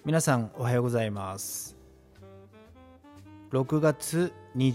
皆さんおはようございます。6月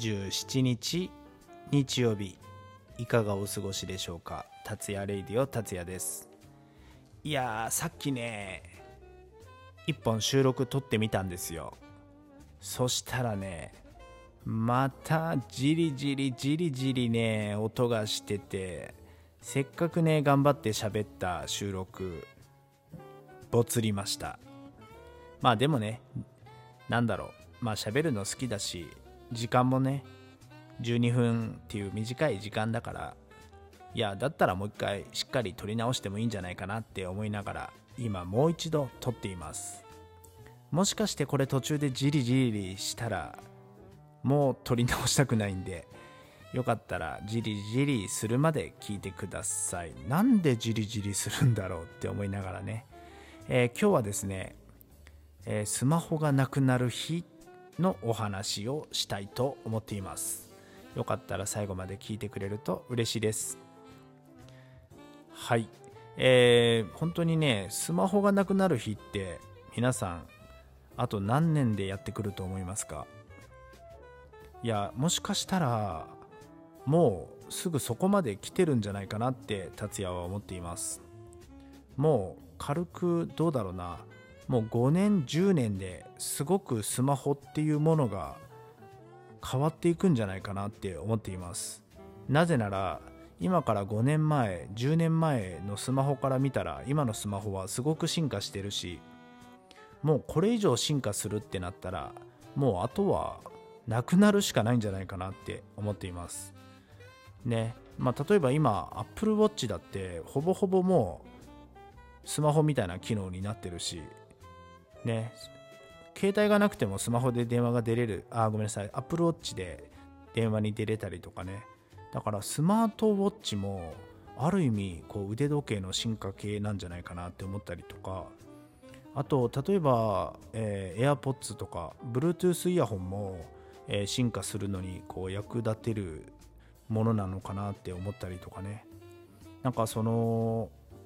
27日日曜日、いかがお過ごしでしょうか。達也レイディオ達也です。いやー、さっきね一本収録撮ってみたんですよ。そしたらね、またじりじりね音がしてて、せっかくね頑張って喋った収録ボツりました。まあでもね、喋るの好きだし、時間もね12分っていう短い時間だから、いやだったらもう一回しっかり撮り直してもいいんじゃないかなって思いながら、今もう一度撮っています。もしかしてこれ途中でじりしたらもう撮り直したくないんで、よかったらじりするまで聞いてください。なんでじりするんだろうって思いながらね、今日はですね、スマホがなくなる日のお話をしたいと思っています。よかったら最後まで聞いてくれると嬉しいです。はい、本当にね、スマホがなくなる日って皆さんあと何年でやってくると思いますか？いや、もしかしたらもうすぐそこまで来てるんじゃないかなって達也は思っています。もう軽くどうだろうな、もう5年10年ですごくスマホっていうものが変わっていくんじゃないかなって思っています。なぜなら今から5年前10年前のスマホから見たら、今のスマホはすごく進化してるし、もうこれ以上進化するってなったら、もうあとはなくなるしかないんじゃないかなって思っていますね。例えば今 Apple Watch だってほぼほぼもうスマホみたいな機能になってるしね、携帯がなくてもスマホで電話が出れる、ごめんなさい、Apple Watch で電話に出れたりとかね。だからスマートウォッチもある意味こう腕時計の進化系なんじゃないかなって思ったりとか、あと例えば、AirPods とか Bluetooth イヤホンも、進化するのにこう役立てるものなのかなって思ったりとかね。なんかその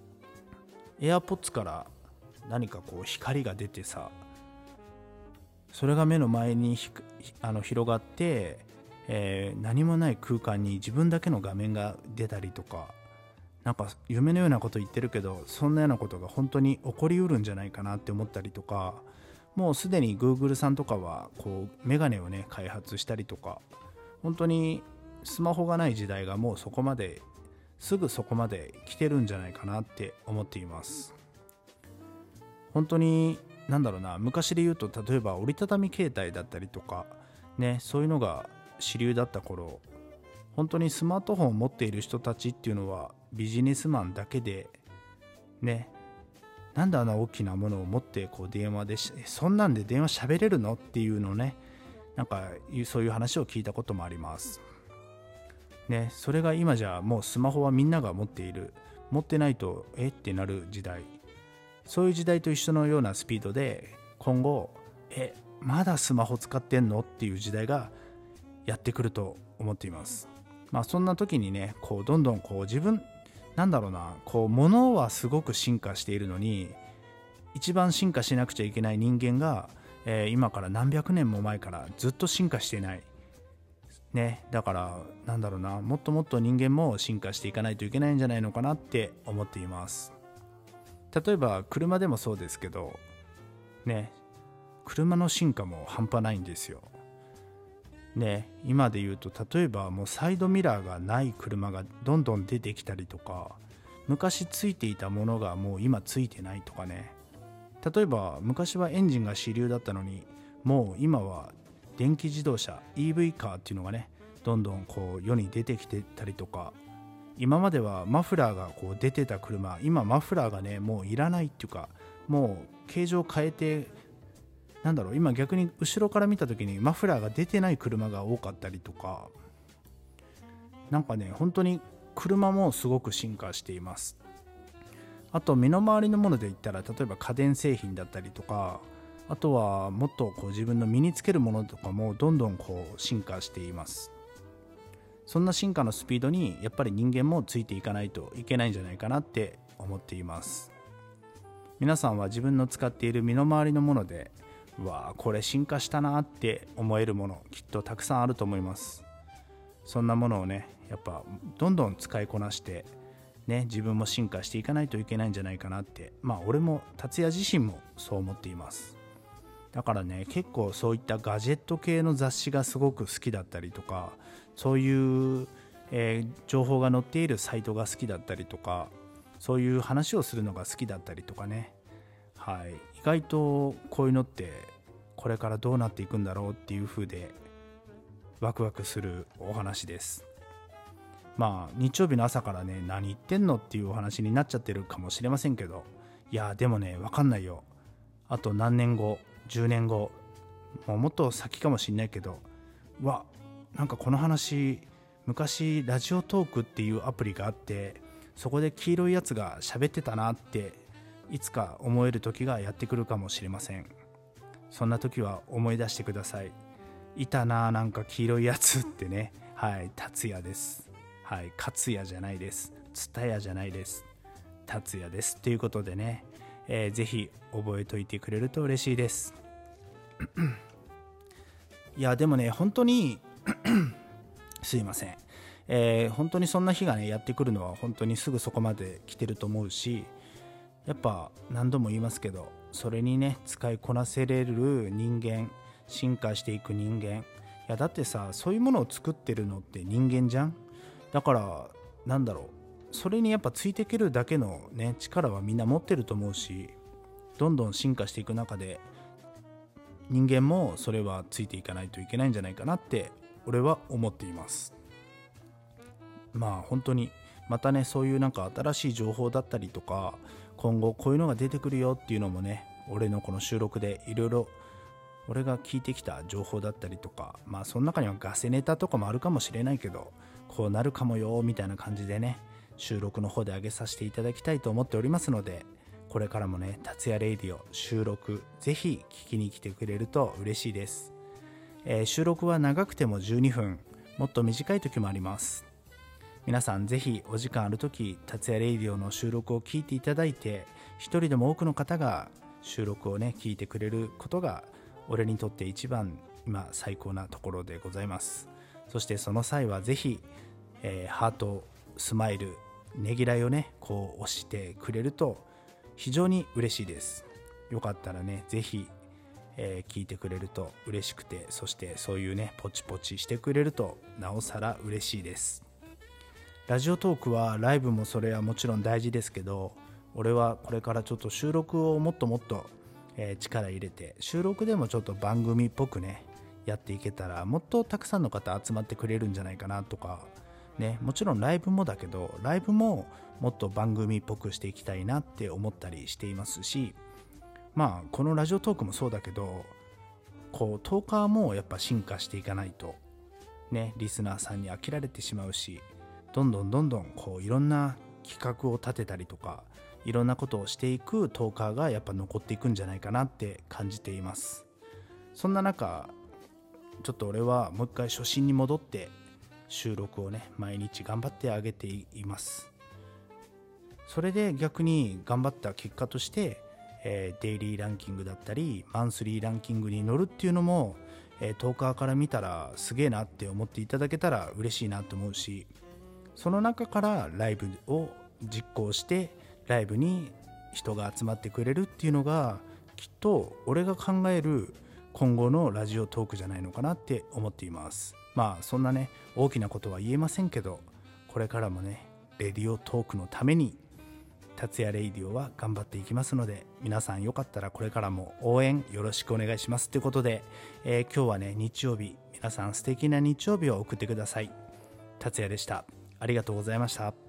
AirPods から何かこう光が出てさ、それが目の前に広がって、何もない空間に自分だけの画面が出たりとか、なんか夢のようなこと言ってるけど、そんなようなことが本当に起こりうるんじゃないかなって思ったりとか、もうすでに Google さんとかはこうメガネをね開発したりとか、本当にスマホがない時代がもうすぐそこまで来てるんじゃないかなって思っています。本当に昔で言うと、例えば折りたたみ携帯だったりとかね、そういうのが主流だった頃、本当にスマートフォンを持っている人たちっていうのはビジネスマンだけでね、なんであんな大きなものを持ってこう電話でそんなんで電話喋れるのっていうのね、なんかそういう話を聞いたこともありますね。それが今じゃもうスマホはみんなが持っている、持ってないとってなる時代、そういう時代と一緒のようなスピードで今後まだスマホ使ってんのっていう時代がやってくると思っています。そんな時にね、こうどんどんこう自分こう物はすごく進化しているのに、一番進化しなくちゃいけない人間が、今から何百年も前からずっと進化していないね。だからもっともっと人間も進化していかないといけないんじゃないのかなって思っています。例えば車でもそうですけどね、車の進化も半端ないんですよね。今で言うと、例えばもうサイドミラーがない車がどんどん出てきたりとか、昔ついていたものがもう今ついてないとかね。例えば昔はエンジンが主流だったのに、もう今は電気自動車 EV カーっていうのがね、どんどんこう世に出てきてたりとか、今まではマフラーがこう出てた車、今マフラーがねもういらないっていうか、もう形状変えて、今逆に後ろから見た時にマフラーが出てない車が多かったりとか、なんかね本当に車もすごく進化しています。あと身の回りのもので言ったら、例えば家電製品だったりとか、あとはもっとこう自分の身につけるものとかもどんどんこう進化しています。そんな進化のスピードにやっぱり人間もついていかないといけないんじゃないかなって思っています。 皆さんは自分の使っている身の回りのもので、うわこれ進化したなって思えるものきっとたくさんあると思います。そんなものをねやっぱどんどん使いこなしてね、自分も進化していかないといけないんじゃないかなって、俺も達也自身もそう思っています。だからね結構そういったガジェット系の雑誌がすごく好きだったりとか、そういう、情報が載っているサイトが好きだったりとか、そういう話をするのが好きだったりとかね、意外とこういうのってこれからどうなっていくんだろうっていう風でワクワクするお話です。日曜日の朝からね何言ってんのっていうお話になっちゃってるかもしれませんけど、いやでもね分かんないよ。あと何年後、10年後、もっと先かもしれないけど、なんかこの話昔ラジオトークっていうアプリがあって、そこで黄色いやつが喋ってたなっていつか思える時がやってくるかもしれません。そんな時は思い出してください。いたな、なんか黄色いやつってね。達也です。勝也じゃないです。蔦屋じゃないです。達也ですということでね、ぜひ覚えといてくれると嬉しいですいやでもね本当にすいません、本当にそんな日がねやってくるのは本当にすぐそこまで来てると思うし、やっぱ何度も言いますけど、それにね使いこなせれる人間、進化していく人間、だってさ、そういうものを作ってるのって人間じゃん。だからそれにやっぱついていけるだけのね力はみんな持ってると思うし、どんどん進化していく中で人間もそれはついていかないといけないんじゃないかなって俺は思っています。本当にまたねそういうなんか新しい情報だったりとか、今後こういうのが出てくるよっていうのもね、俺のこの収録でいろいろ俺が聞いてきた情報だったりとか、その中にはガセネタとかもあるかもしれないけど、こうなるかもよみたいな感じでね収録の方で上げさせていただきたいと思っておりますので、これからもね達也レイディオ収録ぜひ聞きに来てくれると嬉しいです。収録は長くても12分、もっと短い時もあります。皆さんぜひお時間ある時達也レイディオの収録を聞いていただいて、一人でも多くの方が収録をね聞いてくれることが俺にとって一番今最高なところでございます。そしてその際はぜひ、ハート、スマイル、ねぎらいをねこう押してくれると非常に嬉しいです。よかったらねぜひ、聞いてくれると嬉しくて、そしてそういうねポチポチしてくれるとなおさら嬉しいです。ラジオトークはライブもそれはもちろん大事ですけど、俺はこれからちょっと収録をもっともっと、力入れて、収録でもちょっと番組っぽくねやっていけたらもっとたくさんの方集まってくれるんじゃないかなとかね、もちろんライブもだけど、ライブももっと番組っぽくしていきたいなって思ったりしていますし、このラジオトークもそうだけど、こうトーカーもやっぱ進化していかないとねリスナーさんに飽きられてしまうし、どんどんこういろんな企画を立てたりとかいろんなことをしていくトーカーがやっぱ残っていくんじゃないかなって感じています。そんな中ちょっと俺はもう一回初心に戻って収録をね毎日頑張ってあげています。それで逆に頑張った結果として、デイリーランキングだったりマンスリーランキングに乗るっていうのも、トーカーから見たらすげえなって思っていただけたら嬉しいなと思うし、その中からライブを実行してライブに人が集まってくれるっていうのがきっと俺が考える今後のラジオトークじゃないのかなって思っています。そんなね大きなことは言えませんけど、これからもねレディオトークのために達也レイディオは頑張っていきますので、皆さんよかったらこれからも応援よろしくお願いしますということで、今日はね日曜日、皆さん素敵な日曜日を送ってください。達也でした。ありがとうございました。